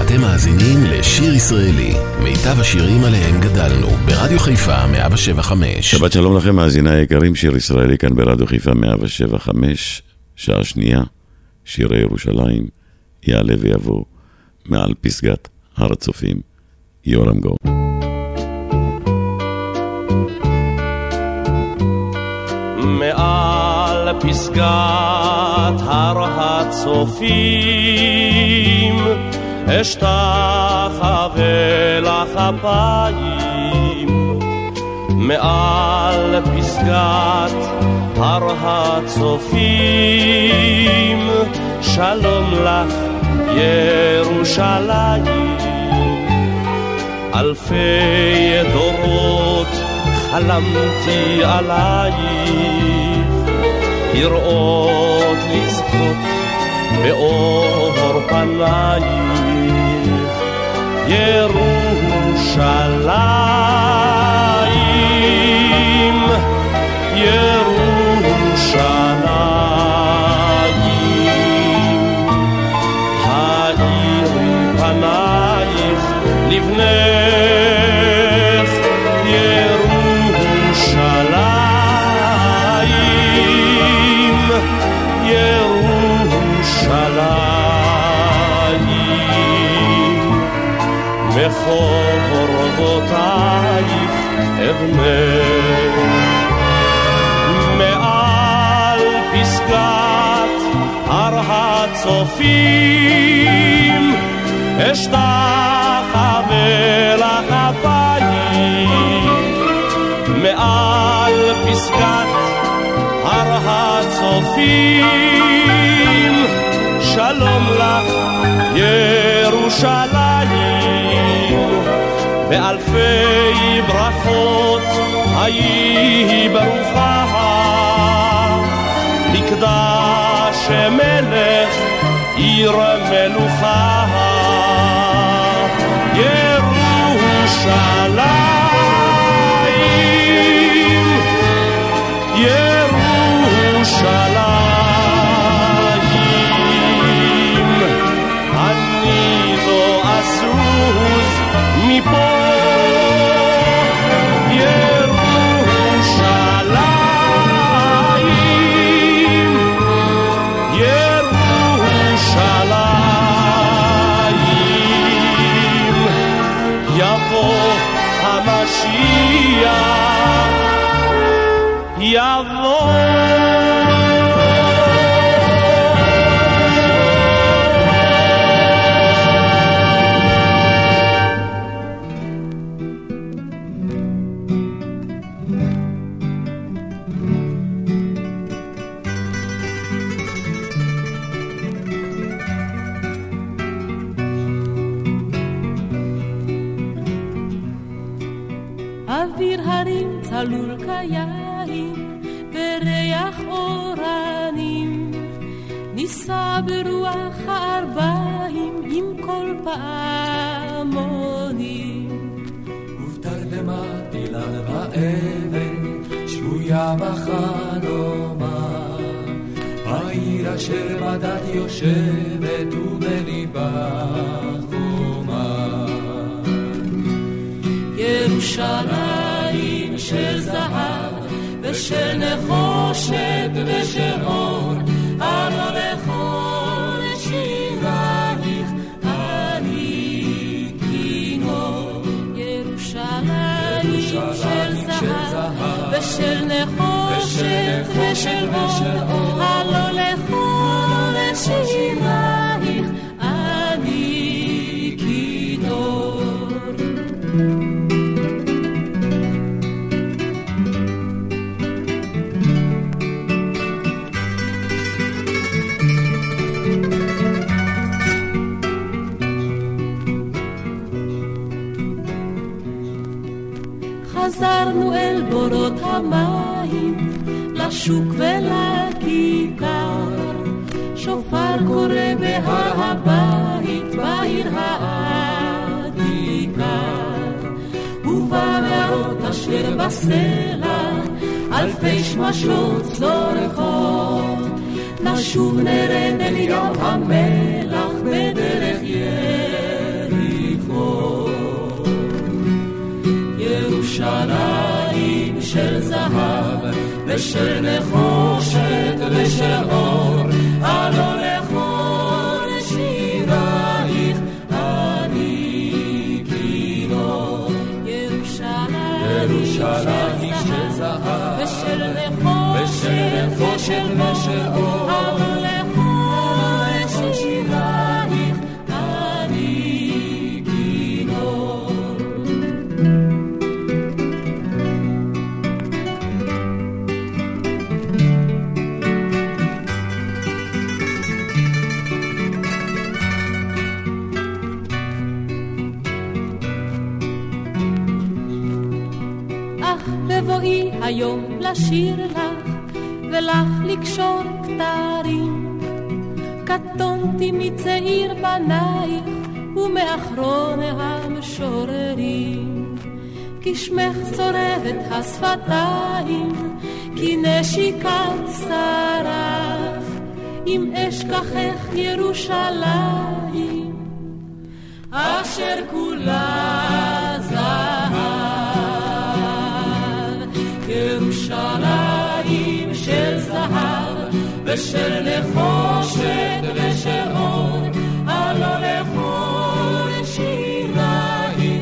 אתם מאזינים לשיר ישראלי, מיטב השירים עליהם גדלנו, ברדיו חיפה 107.5. שבת שלום לכם מאזיני היקרים, שיר ישראלי כאן ברדיו חיפה 107.5, שעה שנייה, שירי ירושלים, יעלה ויבוא, מעל פסגת הר הצופים, יורם גאון. מעל פסגת הר הצופים אשתחווה לך אפיים, מעל פסגת הר הצופים שלום לך ירושלים. אלפי דורות חלמתי עלייך, לראות לזכות באור פנייך, ירושלים, ירושלים, האירי פנייך לבנך, ירושלים, ירושלים, מחורבותייך אבנך. מעל פסגת הר הצופים אשתחווה לך אפיים, מעל פסגת הר הצופים שלום לך ירושלים. באלפי ברכות היי ברוכה, מקדש מלך עיר מלוכה, ירושלים, ירושלים, אני לא אזוז מפה, ירושלים, ירושלים, יבוא המשיח, יבוא. אוויר הרים צלול כיין וריח אורנים, ניסע ברוח הארבעים עם כל פעמונים, ובתרדמת אילן ואבן שבויה בחלומה, העיר אשר בדד יושבת ובליבה חומה. ירושלים של זהב ושל נחושת ושל אור, הלא לכל שירייך אני כינור. ירושלים של זהב ושל נחושת ושל אור, הלא לכל שירייך אני כינור. חזרנו אל בורות המים, לשוק ולכיכר, שופר קורא בהר הבית, בעיר העתיקה, ובמערות אשר בסלע, אלפי שמשות צורכות, נשוב נרד אל ים המלח בדרך יריחו. ושל נחושת ושל אור, הלא לכל שירייך אני כינור. ירושלים של זהב ושל נחושת ושל אור, הלא לכל שירייך אני כינור. בבואי היום לשיר לך ולך לקשור כתרים, קטונתי מצעיר בנייך ומאחרון המשוררים, כי שמך צורבת השפתיים, כי נשיקת שרף, אם אשכחך ירושלים אשר כולה זהב. ירושלים של זהב ושל נחושת ושל אור, הלא לכל שירייך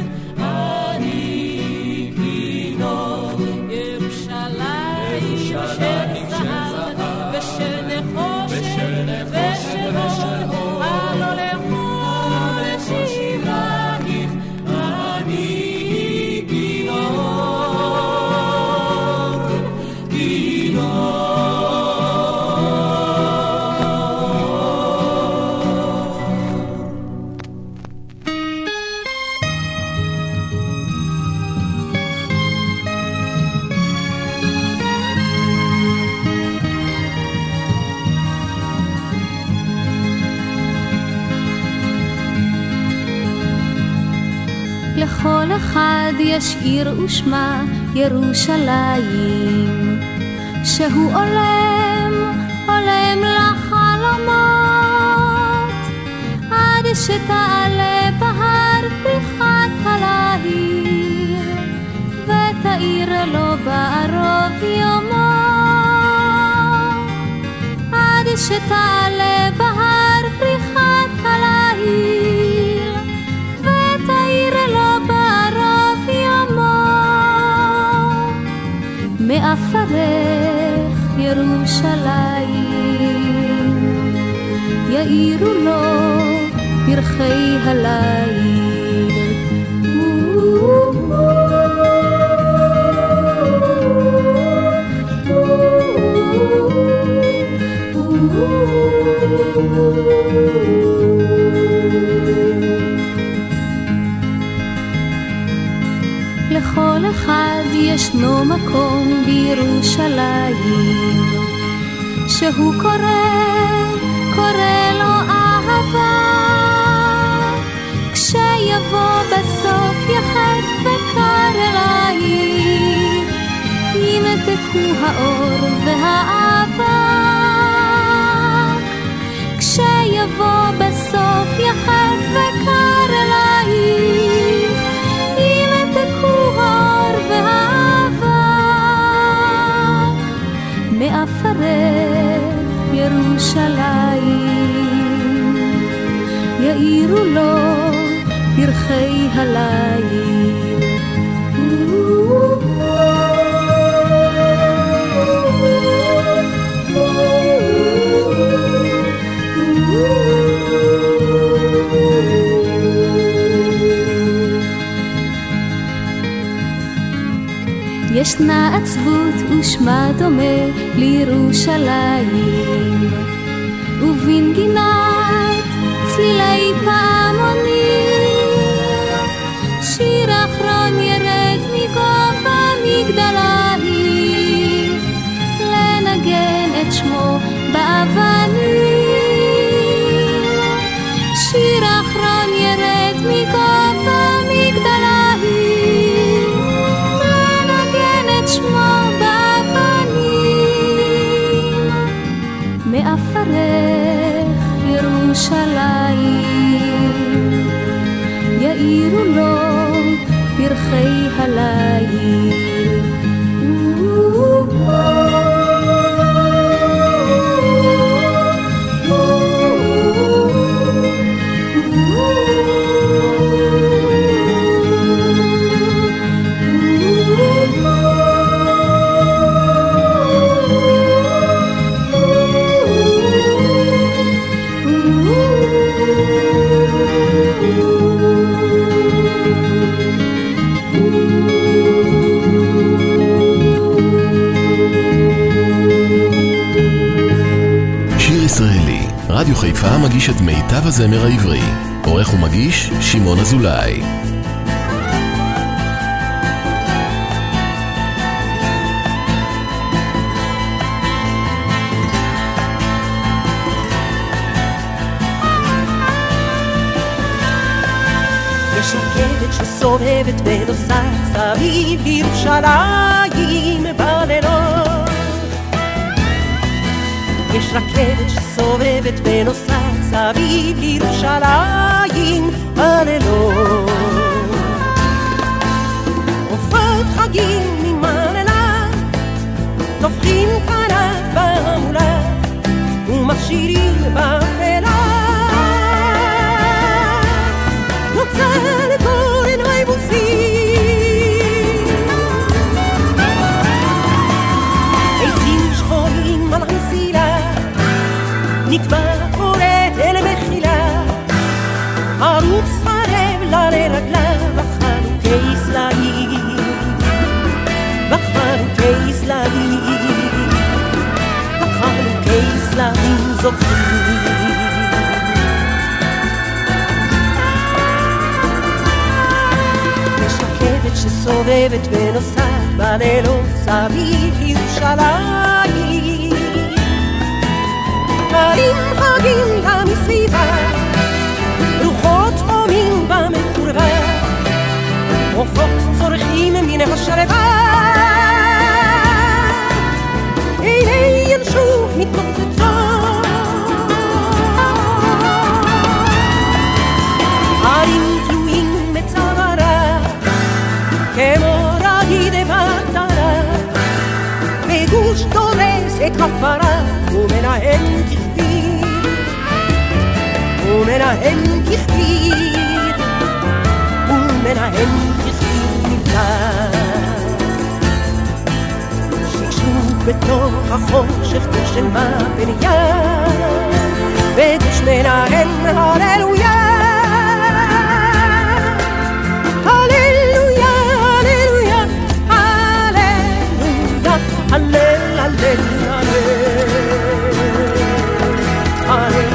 אני כינור. ירושלים של זהב ושל נחושת ושל אור, הלא לכל שירייך אני כינור. לכל אחד יש עיר ושמה ירושלים, שהוא עולם, עולם לחלומות, עד שתעלה בהר פריחת הלהיר, ותאיר לו בערוב יומו, עד שתעלה בהר פריחת הלהיר, ותאיר לו בערוב יומו. מאפרך ירושלים יאירו לו פרחי הליל, לכל אחד ישנו מקום בירושלים, שהוא קורא לו אהבה, כשיבוא בסוף יחד וקר אלייך, ימתקו האור והאבק, כשיבוא בסוף יחד וקר אלייך, האור והאבק. מאפרך ירושלים יאירו לו פרחי הליל, ישנה עצבות ושמה דומה לירושלים, ובנגינת צלילי פעמונים, שיר אחרון ירד מגובה מגדלייך, לנגן את שמו באבנים, שיר אחרון ירד מגובה מגדלייך, שמו באבנים. מאפרך ירושלים יאירו לו פרחי הליל, חיפה מגיש את מיטב הזמר העברי. עורך ומגיש שמעון אזולאי. יש רכבת שסובבת ונוסעת סביב ירושלים בלילות. יש רכבת שסובבת ונוסעת סביב ירושלים בלילות. עופות חגים ממעללה טופחים פניו בהמולה ומכשירים באפלה. נוצר קורן היבוסים עצים שחורים על המסילה נטבע קוראת אל מחילה ערוץ חרב לרגליו בחלוקי סלעים בחלוקי סלעים בחלוקי סלעים זוכרים. שסובבת ונוסעת בלילות סביב ירושלים. דברים חגים גם מסביבה, רוחות הומים במקורבה, עופות צורכים מן השלווה, עיני ינשוף מתנוצצות, ערים תלויים בצווארה כמו רעיד בטרה, בגוש דורס את הפרה ומנהל ככביר, ומנהל ככביר, ומנהל ככביר נמתר. שקשוק בתוך החושך של מפניה, בגוש מנהל הללויה, הלל, הלל, הלל,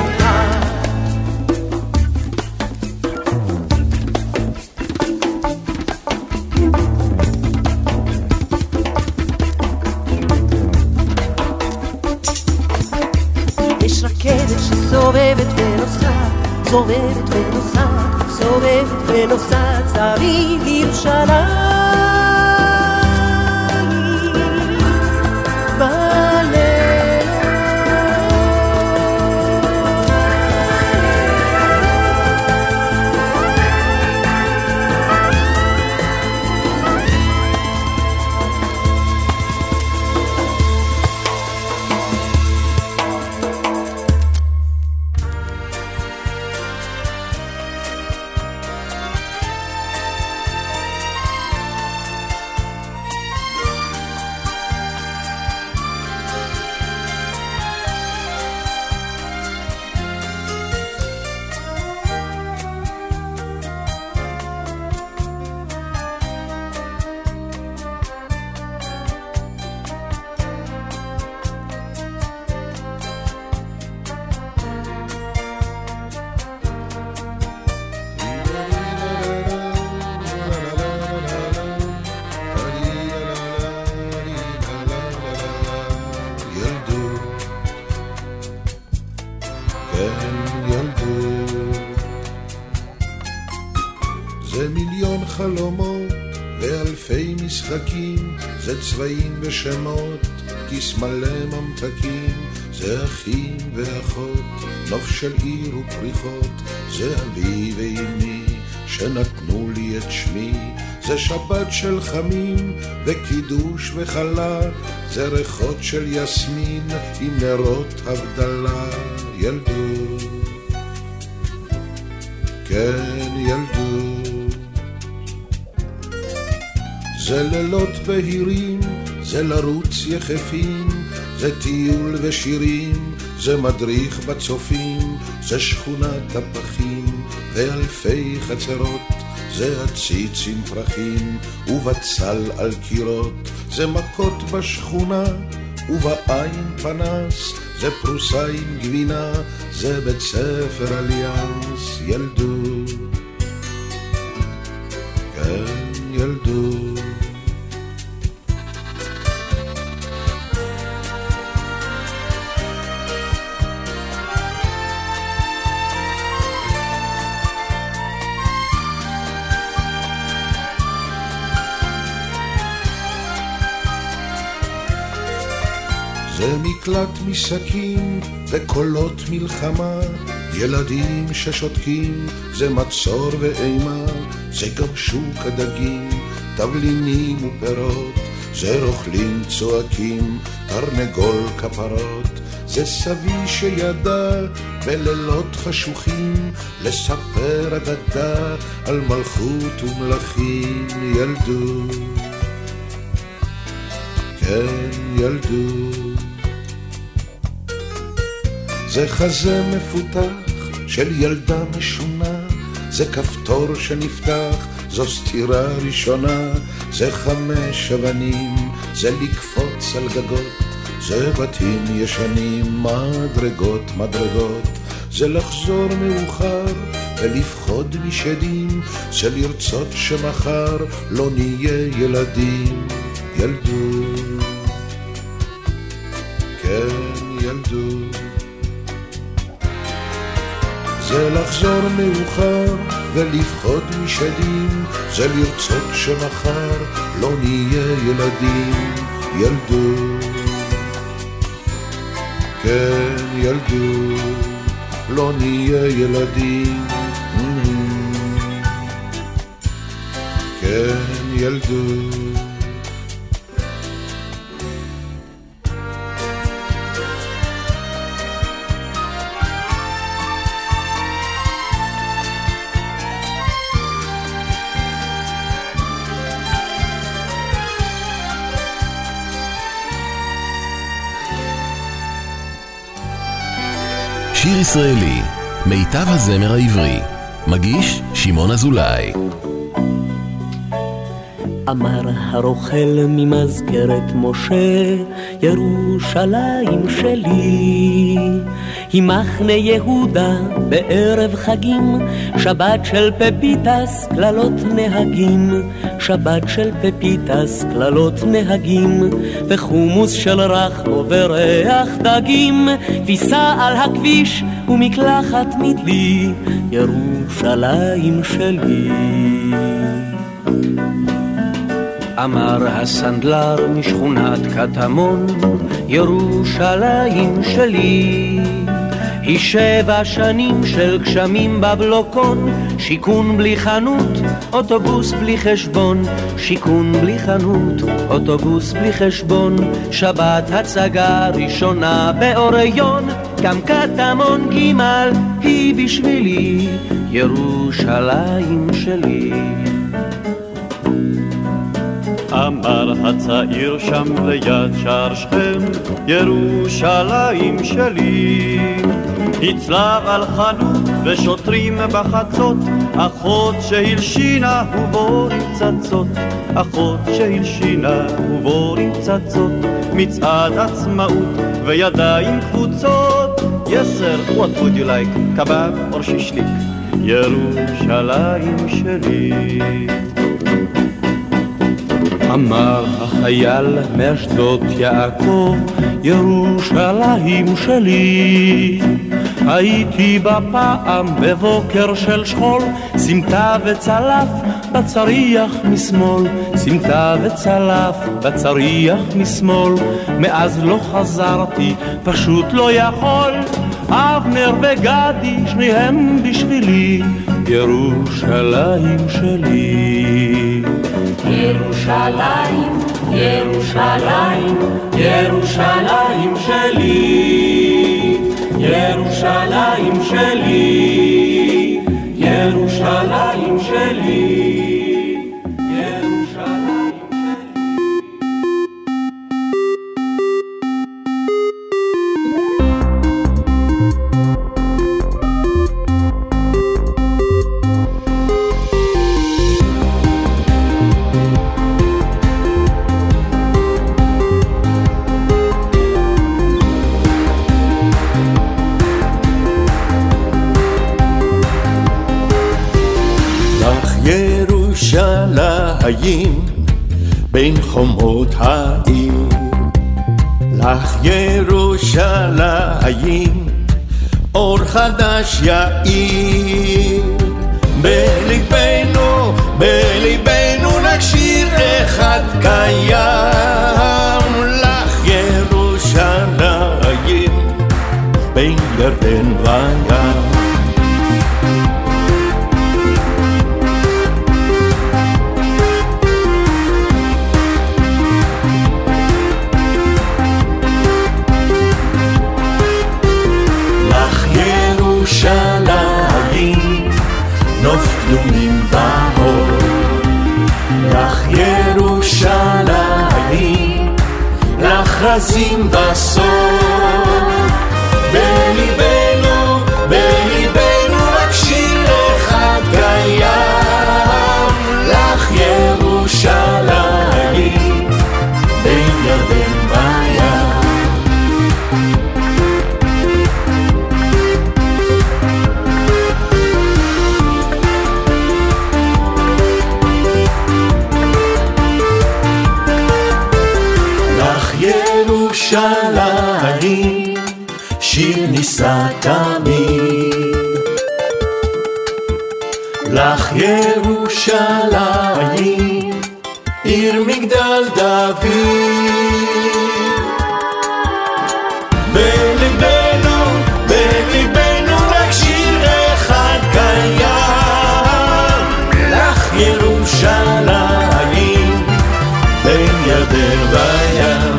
יש רכבת שסובבת ונוסעת, סובבת ונוסעת, סובבת ונוסעת סביב ירושלים. זה צבעים ושמות, כיס מלא ממתקים, זה אחים ואחות, נוף של עיר ופריחות, זה אבי ואמי שנתנו לי את שמי, זה שבת של חמים וקידוש וחלה, זה ריחות של יסמין עם נרות הבדלה. ילדות, כן ילדות, זה לילות בהירים, זה לרוץ יחפים, זה טיול ושירים, זה מדריך בצופים, זה שכונת הפחים ואלפי חצרות, זה הציץ עם פרחים ובצל על קירות, זה מכות בשכונה ובעין פנס, זה פרוסה עם גבינה, זה בית ספר אליאנס, ילדות, כן ילדות. זה מקלט משקים וקולות מלחמה, ילדים ששותקים, זה מצור ואימה, זה גם שוק הדגים, תבלינים ופירות, זה רוכלים צועקים, תרנגול כפרות, זה סבי שידע בלילות חשוכים לספר אגדה על מלכות ומלכים, ילדות, כן ילדות. זה חזה מפותח של ילדה משונה, זה כפתור שנפתח, זו סתירה ראשונה, זה 5 אבנים, זה לקפוץ על גגות, זה בתים ישנים, מדרגות מדרגות, זה לחזור מאוחר ולפחוד משדים, זה לרצות שמחר לא נהיה ילדים, ילדות, כן ילדות. זה לחזור מאוחר ולפחוד משדים, זה לרצות שמחר לא נהיה ילדים, ילדות, כן ילדות, לא נהיה ילדים, כן ילדות. שיר ישראלי, מיטב הזמר העברי, מגיש שמעון אזולאי. אמר הרוכל ממזכרת משה, ירושלים שלי היא מחנה יהודה בערב חגים, שבת של פפיטס כללות נהגים, שבת של פפיטס כללות נהגים, וחומוס של רחמו וריח דגים, כביסה על הכביש ומקלחת מדלי, ירושלים שלי. אמר הסנדלר משכונת קטמון, ירושלים שלי היא 7 שנים של גשמים בבלוקון, שיכון בלי חנות, אוטובוס בלי חשבון, שיכון בלי חנות, אוטובוס בלי חשבון, שבת הצגה ראשונה באוריון, גם קטמון גימל היא בשבילי, ירושלים שלי. אמר הצעיר שם ליד שער שכם, ירושלים שלי הצלב על חנות ושוטרים בחצות, אחות שהלשינה ובו נמצצות, אחות שהלשינה ובו נמצצות, מצעד עצמאות וידיים קבוצות. Yes sir, what would you like? קבב או שישליק? ירושלים שלי. אמר החייל מאשדות יעקב, ירושלים שלי הייתי בפעם בבוקר של שכול, סמטה וצלף בצריח משמאל, סמטה וצלף בצריח משמאל, מאז לא חזרתי, פשוט לא יכול, אבנר וגדי שניהם בשבילי, ירושלים שלי. ירושלים, ירושלים, ירושלים שלי, ירושלים שלי, ירושלים שלי. ירושלים בין חומות העיר, לך ירושלים אור חדש יאיר. בליבנו, בליבנו נשיר אחד קיים, לך ירושלים בין ירדן וים. ירושלים נוף קדומים באור, לך ירושלים לך רזים בסור. בליבנו, בליבנו רק שיר אחד קיים, לך ירושלים בין ירדן וים. ירושלים שיר נישא תמיד, לך ירושלים עיר מגדל דוד. בליבנו, בליבנו רק שיר אחד קיים, לך ירושלים בין ירדן וים.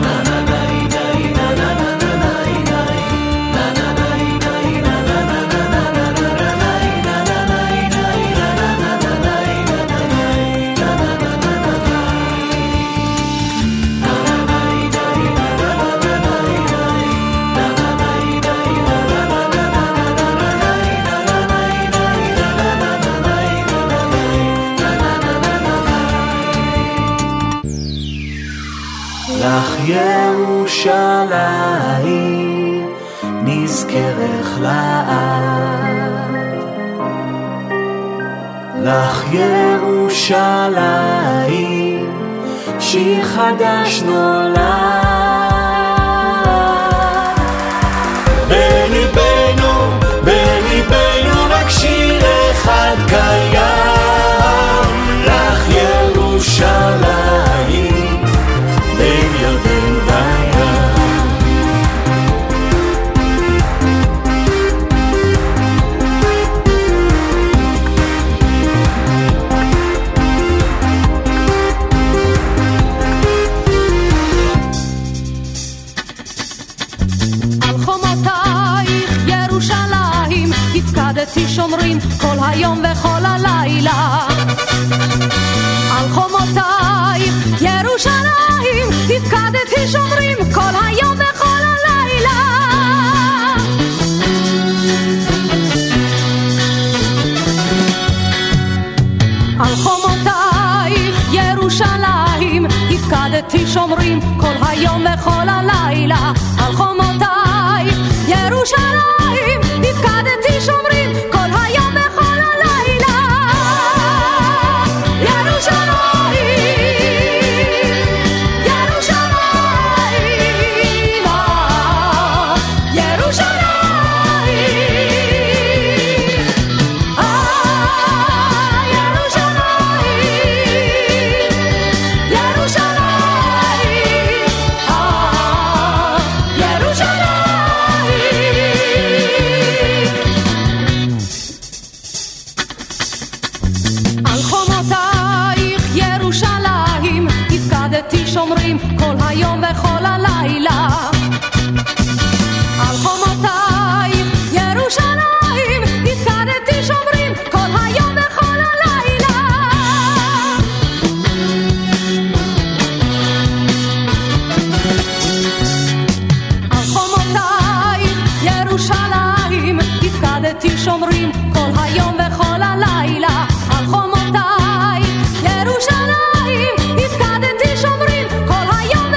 ירושלים נזכרך לעד, לך ירושלים שיר חדש נולד. בליבנו, בליבנו רק שיר אחד קיים, לך ירושלים בין ירדן וים. על חומותייך ירושלים הפקדתי שומרים כל היום וכל הלילה. על חומותייך ירושלים הפקדתי שומרים כל היום וכל הלילה. על חומותייך ירושלים הפקדתי שומרים כל היום וכל הלילה. על חומותייך ירושלים הפקדתי שומרים כל היום וכל הלילה. שומרים כל היום וכל הלילה. על חומותייך ירושלים הפקדתי שומרים כל היום וכל הלילה. על חומותייך ירושלים הפקדתי שומרים כל היום וכל הלילה. על חומותייך ירושלים הפקדתי שומרים כל היום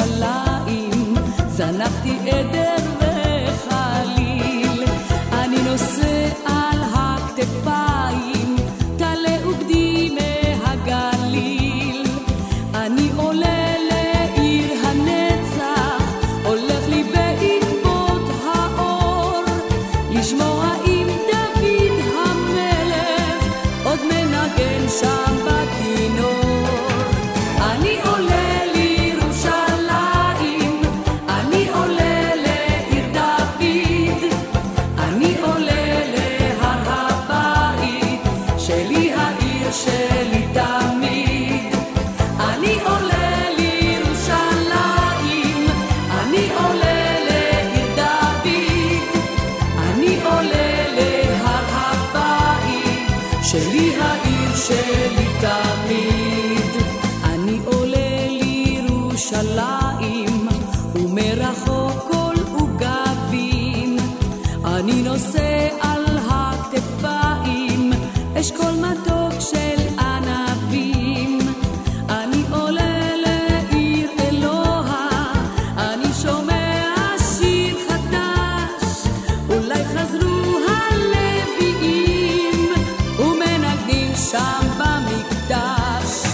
ירושלים, זנחתי עדר וחליל, אני נושא על הכתפיים טלה וגדי מהגליל, אני עולה לעיר הנצח, הולך לי בעקבות האור, לשמוע עם דוד המלך עוד מנגן שם בכינור. אני עולה לירושלים, אני עולה לעיר דוד, אני עולה להר הבית שלי, העיר שלי תמיד. אני עולה לירושלים, אני עולה לעיר דוד, אני עולה להר הבית שלי, העיר שלי תמיד. אני עולה לירושלים ומרחוק כל עוגבים, אני נושא על הכתפיים אשכול מתוק של ענבים. אני עולה לעיר אלוה, אני שומע שיר חדש, אולי חזרו הלוויים ומנגנים שם במקדש.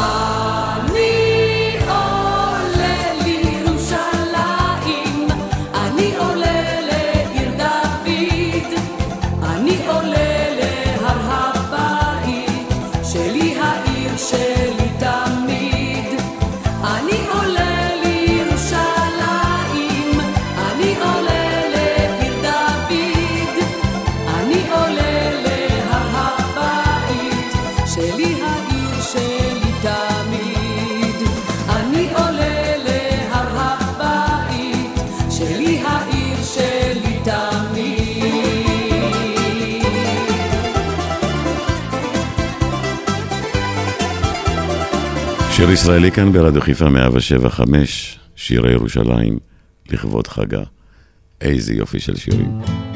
אני עולה לירושלים, אני עולה לעיר דוד, אני עולה להר הבית שלי, העיר שלי תמיד. אני עולה לירושלים, אני עולה לעיר דוד, אני עולה להר הבית שלי, העיר שלי תמיד. אני עולה להר הבית שלי, העיר שלי תמיד. שיר ישראלי כאן ברדיו חיפה 107.5, שירי ירושלים לכבוד חגה. איזה יופי של שירים.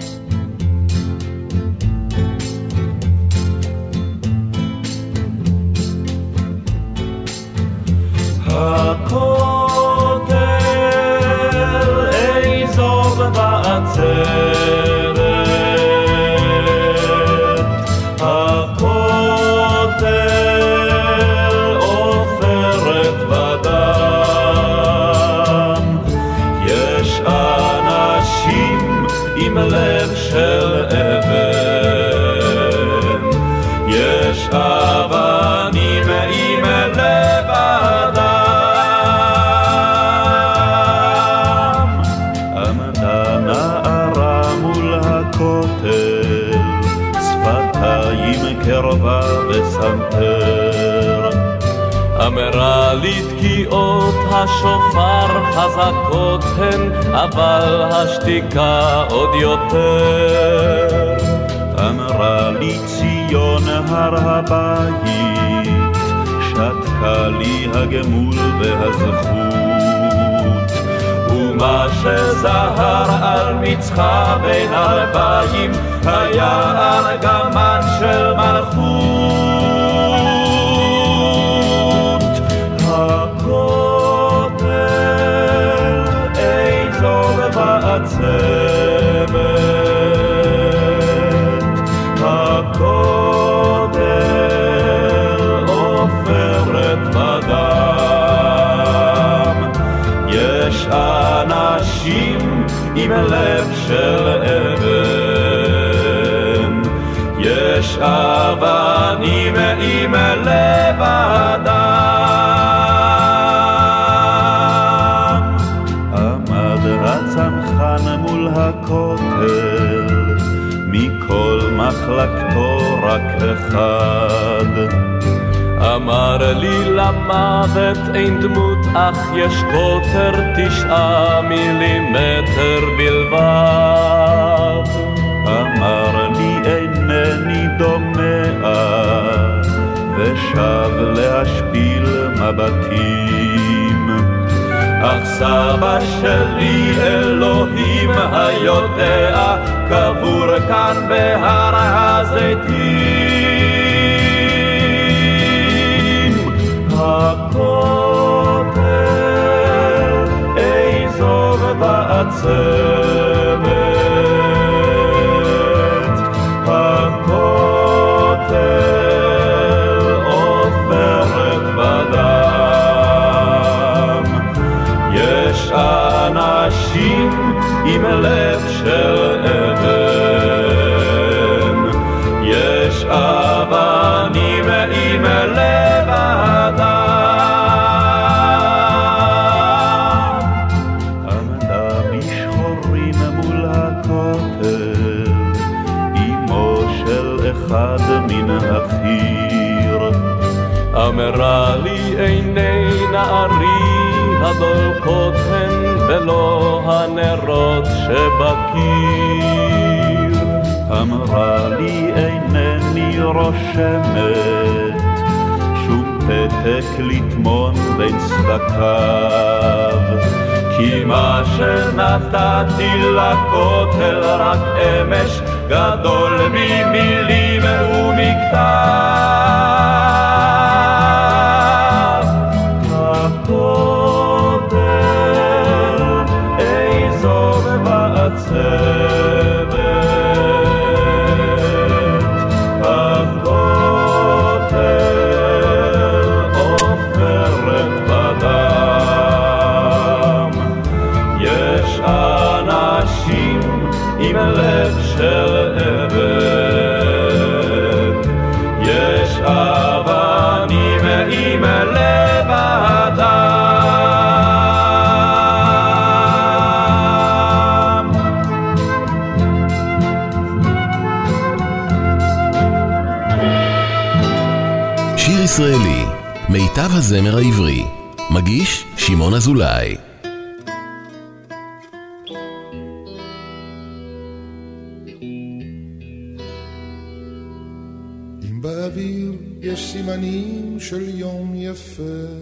הכותל איזוב בעצרת, הכותל עופרת ודם, יש אנשים עם לב של אבן, יש אבנים עם לב אדם. עמדה נערה מול הכותל, שפתיים קרבה וסנטר, אמרה לי תקיעות השופר חזקות הן, אבל השתיקה עוד יותר. אמרה לי ציון הר הבית, שתקה לי הגמול והזכות, ומה שזהר על מצחה בין אלפיים היה ארגמן של מלכות. הכותל איזוב בעצבת, הכותל עופרת ודם, יש אנשים עם לב של אבן, יש אבנים עם לב אדם. עמד הצנחן מול הכותל, מכל מחלקתו רק אחד, אמר לי למוות אין דמות אך יש קוטר 9 מילימטר בלבד. אמר לי אינני דומע ושב להשפיל מבטים, אך סבא שלי אלוהים היודע קבור כאן בהר הזיתים. הכותל עם לב של אבן, יש אבנים עם לב אדם. עמדה בשחורים מול הכותל, אמו של אחד מן החיר, אמרה לי עיני נערי הדולקות הן ולא הנרות שבקיר. אמרה לי אינני רושמת שום פתק לטמון בין צדקיו, כי מה שנתתי לכותל רק אמש גדול ממילים ומכתב. שיר ישראלי, מיטב הזמר העברי, מגיש שמעון אזולאי. אם באוויר יש סימנים של יום יפה,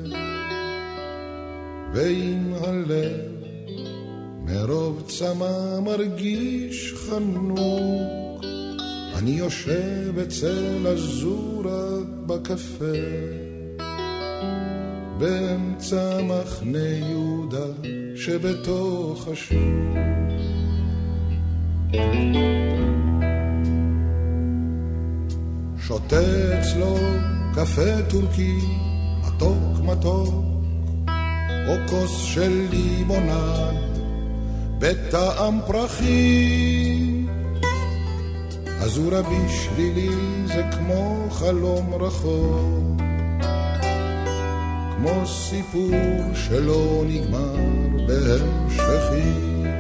ואם הלב מרוב צמא מרגיש חנוק, אני יושב אצל הזורה בקפה, באמצע מחנה יהודה שבתוך השוק. שותה אצלו קפה טורקי מתוק מתוק, או כוס של לימונד בטעם פרחים. הזורה בשבילי זה כמו חלום רחוק, כמו סיפור שלא נגמר בהמשכים.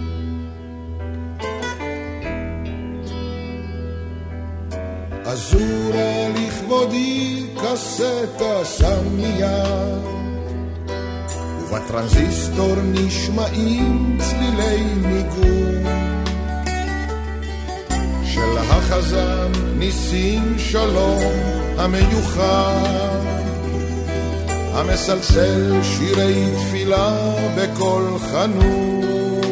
הזורה לכבודי קסטה שם מיד, ובטרנזיסטור נשמעים צלילי ניגון של החזן ניסים שלום המיוחד, המסלסל שירי תפילה בכל חנות.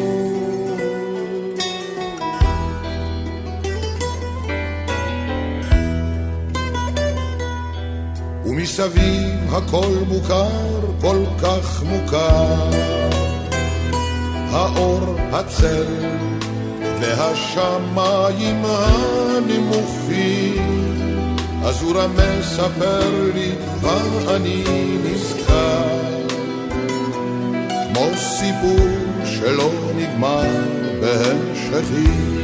ומסביב הכל מוכר, כל כך מוכר, האור, הצל והשמיים הנמוכים. הזורה מספר לי ואני נזכר, כמו סיפור שלא נגמר בהמשכים.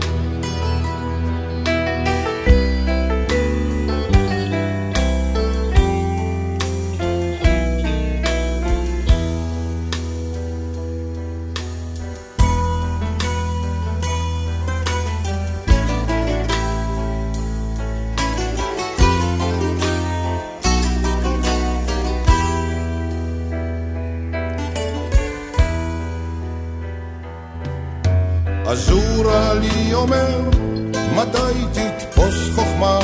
הזורה לי אומר, מתי תתפוס חוכמה,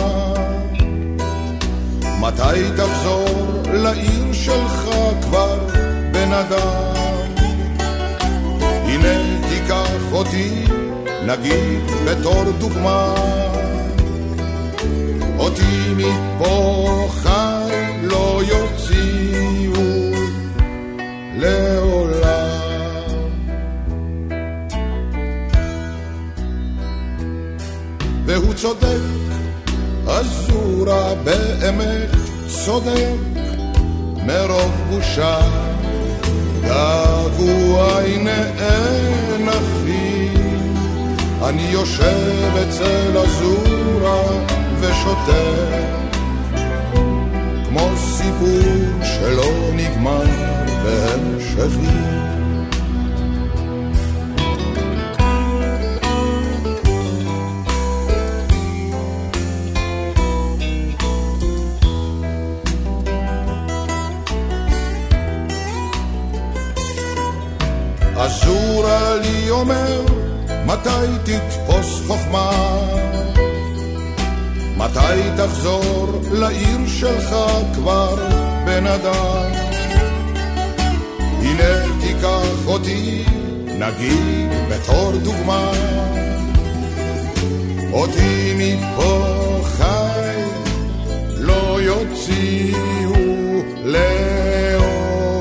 מתי תחזור לעיר שלך כבר בן אדם. הנה תיקח אותי, נגיד בתור דוגמה, אותי מפה חי לא יוציאו לעולם. אזורה באמת צודק מרוב בושה געגועי נאנחים אני יושב אצל אזורה ושותק כמו סיפור שלא נגמר בהמשכים אזורה לי אומר מתי תתפוס חוכמה מתי תחזור לעיר שלך כבר בן אדם הנה תיקח אותי נגיד בתור דוגמה אותי מפה חי לא יוציאו לעולם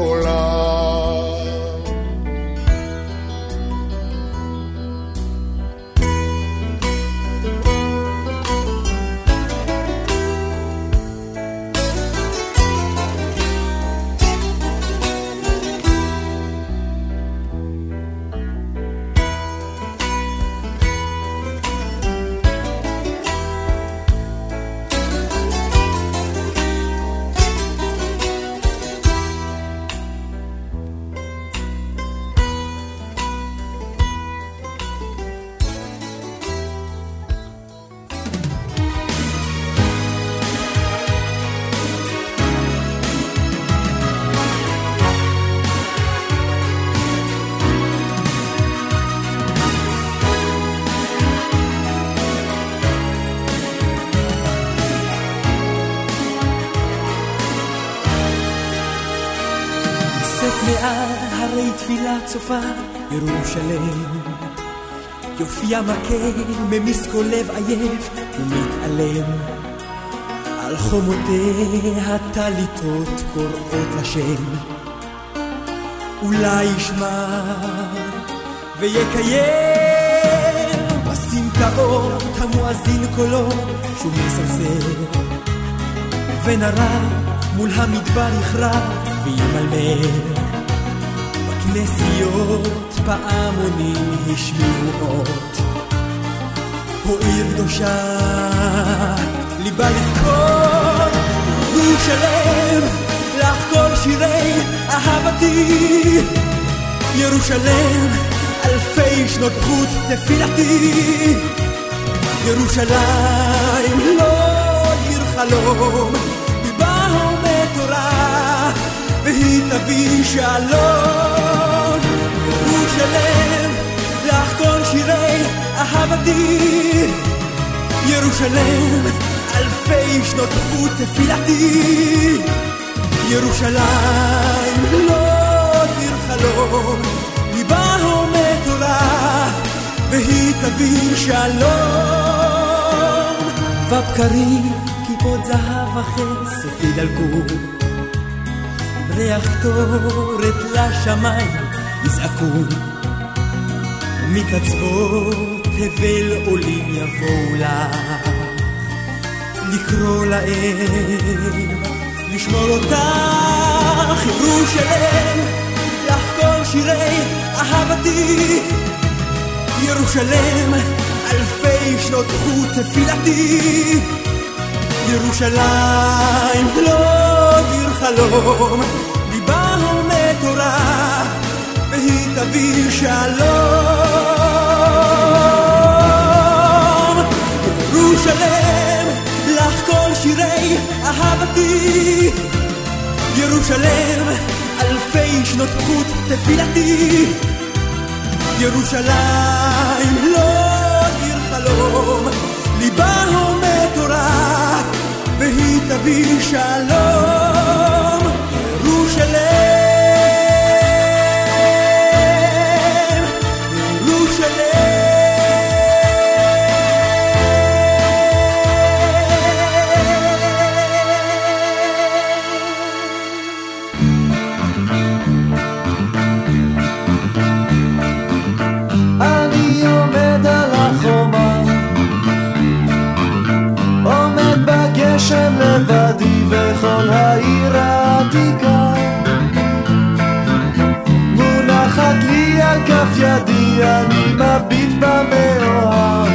תפילה צופה ירושלם יופיע מכה ממשקול לב עייף ומתעלם על חומותיה טליתות קוראות לשם אולי ישמע ויקיים בסמטאות המואזין קולו שוב מסלסל ונראה מול המדבר יכרע וימלמל כנסיות פעמונים השמיעו אות עיר קדושה ליבה לבכות ירושלם לך כל שירי אהבתי ירושלם אלפי שנות חוט תפילתי ירושלים לא עיר חלום ליבה עומד תורה והיא תביא שלום ירושלם לך כל שירי אהבתי ירושלם אלפי שנות חוט תפילתי ירושלים לא עיר חלום ליבה עומד תורה והיא תביא שלום ובקרים כיפות זהב החסף ידלקו ריח קטורת לשמיים יזעקו מקצוות תבל עולים יבואו לך לקרוא להם לשמור אותך ירושלם לך כל שירי אהבתי ירושלם אלפי שנות חוט תפילתי ירושלים לא עיר חלום ליבה עומד תורה והיא תביא שלום ירושלם לך כל שירי אהבתי ירושלם אלפי שנות חוט תפילתי ירושלים לא עיר חלום ליבה עומד תורה והיא תביא שלום ירושלם אני עומד על החומה עומד נושם לבדי וכל העיר העתיקה מונחת לי על כף ידי, אני מביט במאוהב.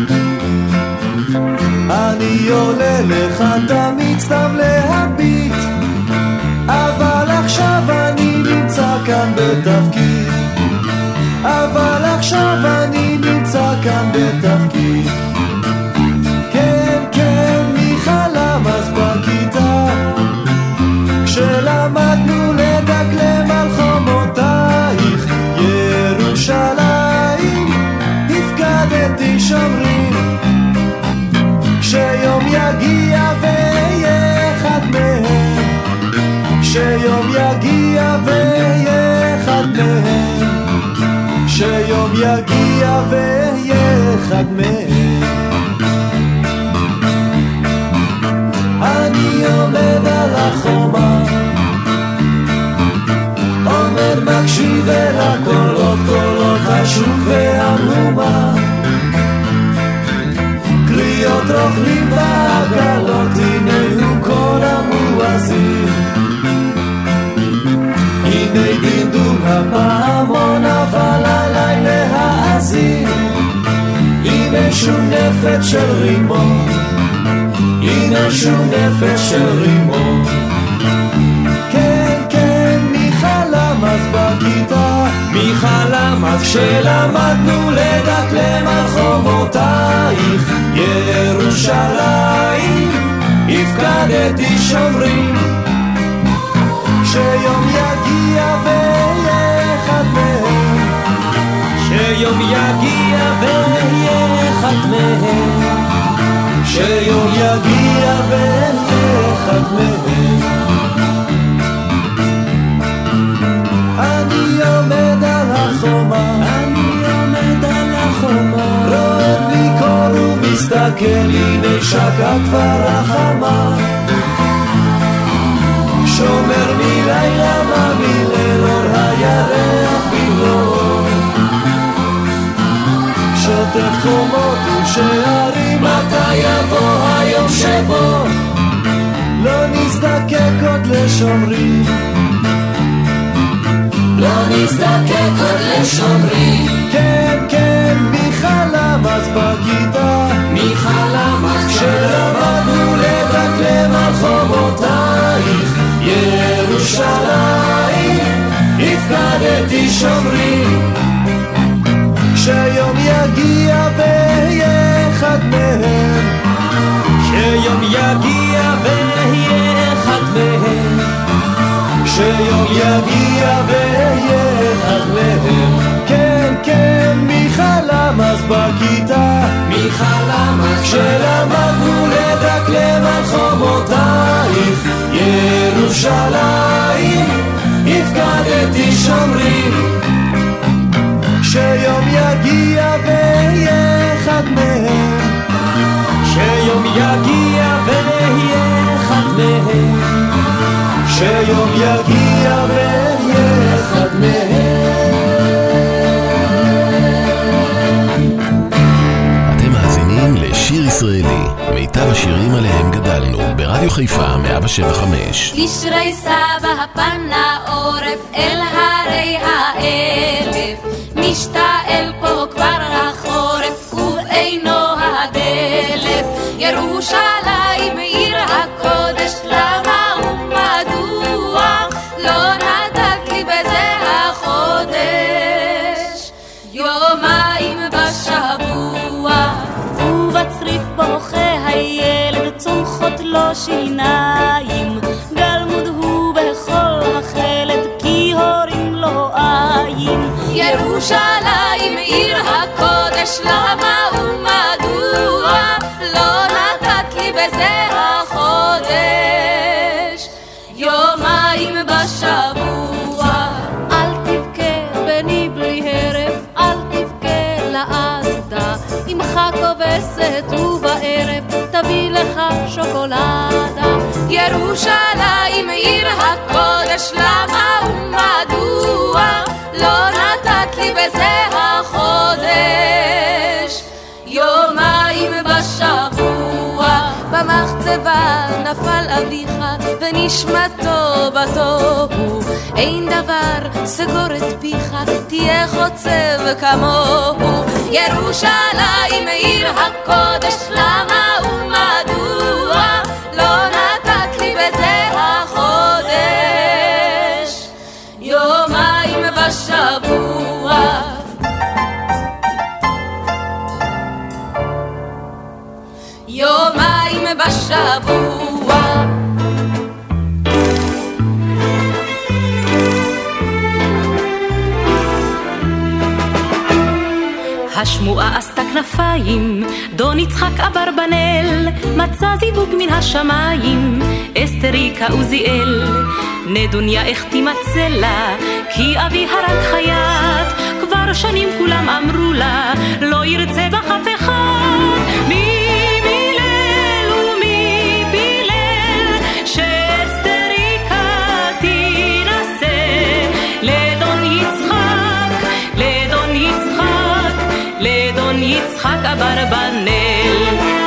אני עולה לך תמיד סתם להביט, אבל עכשיו אני נמצא כאן בתפקיד, אבל עכשיו אני נמצא כאן בתפקיד. כן, כן, מי חלם אז בכיתה, כשלמדנו לדקלם על חומותייך ירושלים, הפקדתי שומרים, כשיום יגיע ויהיה אחד מהם, כשיום יגיע ויהיה אחד מהם, כשיום יגיע ויהיה אחד מהם. אני עומד על החומה, עומד מקשיב אל הקולות, קולות השוק והמהומה, קריאות רוכלים בעגלות, הנה הוא כל המואזין, הנה דמדום הפעמון, אבל עליי להאזין, הנה שום נפץ של רימון, הנה שום נפש של רימון. כן, כן, מי חלם אז בכיתה, מי חלם אז כשלמדנו לדקלם על חומותייך ירושלים, הפקדתי שומרים, כשיום יגיע ויהיה אחד מהם, כשיום יגיע ויהיה אחד מהם, כשיום יגיע ויהיה אחד מהם. אני עומד על החומה, אני עומד על החומה, רועד לי קור ומסתכל, הנה שקע כבר החמה, שומר מלילה מה מליל, אור הירח בלור, שוטף חומות ושערים, מתי יבוא היום שבו לא נזדקק עוד לשומרים, לא נזדקק עוד לשומרים. כן, כן, מי חלם אז בכיתה, מי חלם אז כשלמדנו לדקלם על חומותייך ירושלים, הפקדתי שומרים, כשיום יגיע ויהיה אחד מהם, כשיום יגיע ויהיה אחד מהם, כשיום יגיע ויהיה אחד מהם. כן, כן, מי חלם אז בכיתה, מי חלם אז כשלמדנו לדקלם על חומותייך ירושלים, הפקדתי שומרים, כשיום יגיע ויהיה אחד מהם, כשיום יגיע ויהיה אחד מהם, כשיום יגיע ויהיה אחד מהם. אתם מאזינים לשיר ישראלי, מיטב השירים עליהם גדלנו, ברדיו חיפה 107.5. תשרי סבא הפנה עורף אל הרי האלף, משתעל פה כבר החורף ובעינו הדלף, ירושלים עיר הקודש, למה ומדוע לא נתת לי בזה החודש, יומיים בשבוע, ובצריף בוכה הילד צומחות לו שיניים, גלמוד הוא בכל החלד כי הורים לו עין, ירושלים עיר הקודש, למה ומדוע לא נתת לי בזה החודש, יומיים בשבוע. אל תבכה בני בלי הרף, אל תבכה לעדה, אמך כובסת ובערב תביא לך שוקולדה, ירושלים עיר הקודש, למה ומדוע לא נתת לי בזה החודש, יומיים בשבוע. במחצבה נפל אביך ונשמתו בתוהו, אין דבר סגור את פיך, תהיה חוצב כמוהו. ירושלים עיר הקודש, למה ומדוע לא נתת לי בזה החודש יומיים בשבוע? יומיים בשבוע. השמועה עשתה כנפיים, דון יצחק אברבנאל מצא זיווג מן השמיים, אסתריקה עוזיאל. נדוניה איך תימצא לה, כי אבי הרג חיית, כבר שנים כולם אמרו לה, לא ירצה בך אף אחד. מי מילל ומי פילל, שאסתריקה תינשא לדון יצחק, לדון יצחק, לדון יצחק אברבנאל.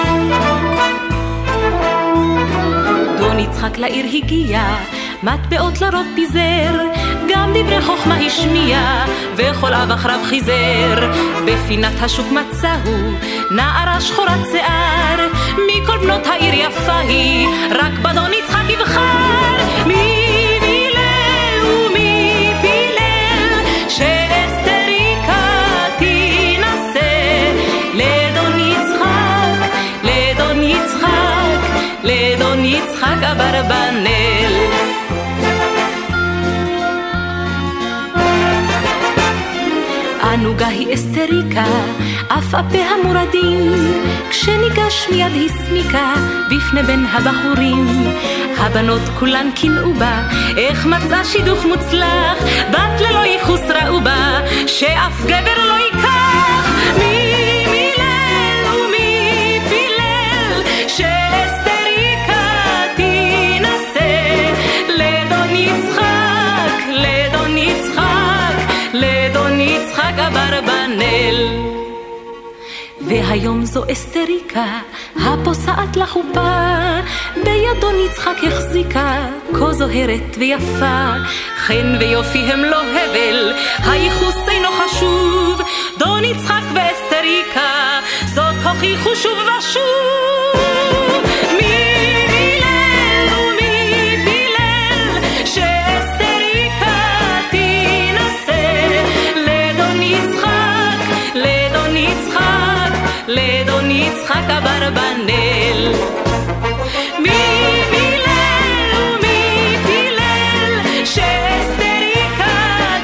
דון יצחק לעיר הגיע, מטבעות לרוב פיזר, גם דברי חוכמה השמיע, וכל אב אחריו חיזר. בפינת השוק מצאו נערה שחורת שיער, מכל בנות העיר יפה היא, רק בדון יצחק יבחר. מי מילל ומי פילל, שאסתריקה תינשא לדון יצחק, לדון יצחק, לדון יצחק אברבנאל. הנוגה היא אסתריקה, אף אפיה מורדים, כשניגש מיד הסמיקה בפני בין הבחורים. הבנות כולן קינאו בה, איך מצאה שידוך מוצלח, בת ללא ייחוס ראו בה, שאף גבר לא ייקח. מי מילל ומי פילל, שאסתריקה תינשא לדון יצחק, לדון יצחק, לדון יצחק אברבנאל. והיום זו אסתריקה הפוסעת לחופה, בידון יצחק החזיקה, כה זוהרת ויפה. חן ויופי הם לא הבל, הייחוס אינו חשוב, דון יצחק ואסתריקה זאת הוכיחו שוב ושוב. מי מילל ומי פילל, שאסתריקה תינשא לדון יצחק, לדון יצחק, לדון יצחק אברבנאל. מי מילל ומי פילל, שאסתריקה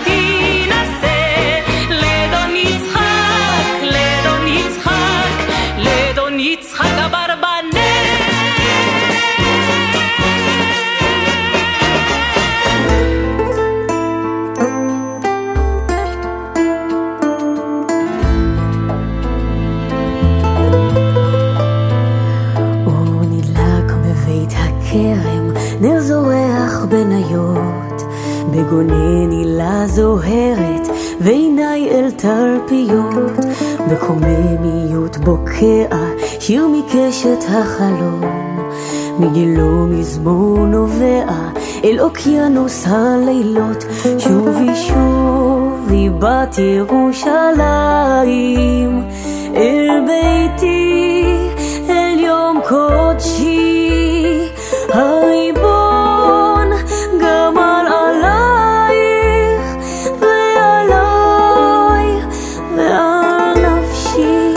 תינשא לדון יצחק, לדון יצחק, לדון יצחק אברבנאל. נר זורח בניות, בגונן הילה זוהרת, ועיניי אל תלפיות, בקוממיות בוקע, שיר מקשת החלום, מגילו מזמור נובע, אל אוקיינוס הלילות. שובי שובי בת ירושלים, אל ביתי, אל יום קודשי, הריבון גמל עלייך ועליי ועל נפשי.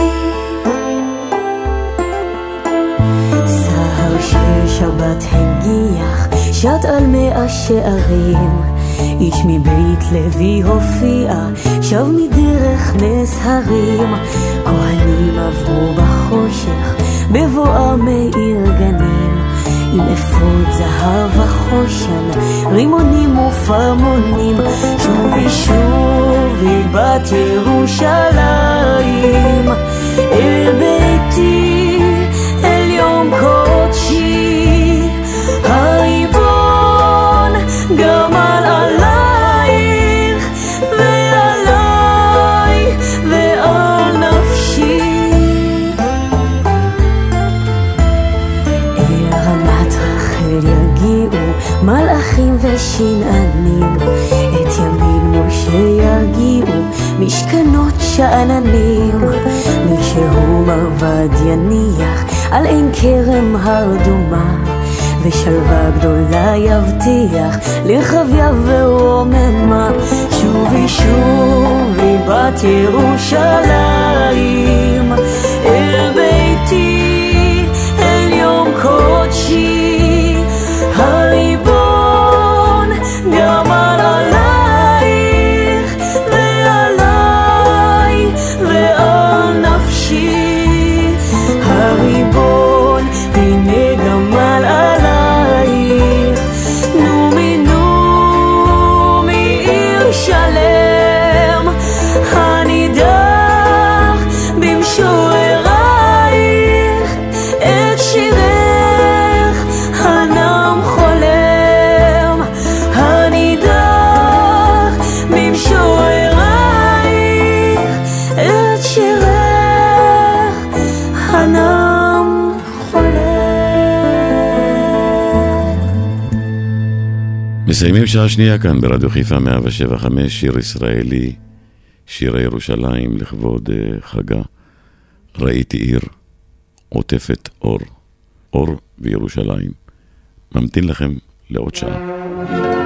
סהר של שבת הגיח, שט על 100 שערים, איש מבית לוי הופיע, שב מדרך נס הרים. כהנים עברו בחושך, בבואה מאיר גנים, עם אפוד זהב וחושן, רימונים ופעמונים. שובי שובי בת ירושלים, אל ביתי, אל יום קודשי, הריבון גמל עלייך ועליי ועל נפשי. מלאכים ושנענים, את ימין משה ירגיעו, משכנות שאננים. מי שהוא מרבד יניח על אין כרם הרדומה, ושלווה גדולה יבטיח לרחביה ורוממה. שובי שובי בת ירושלים אל ביתי, אל יום קודשי, הריבון גמל עלייך ועליי ועל נפשי. הריבון הנה גמל עלייך, נומי נומי עיר שלם הנידח במשוררייך, את שירך הנם חולם. הנידח במשוררייך, את שירך הנם מסיימים שעה שנייה כאן ברדיו חיפה 107.5, שיר ישראלי, שירי ירושלים לכבוד חגה. ראיתי עיר עוטפת אור, אור וירושלים. ממתין לכם לעוד שעה.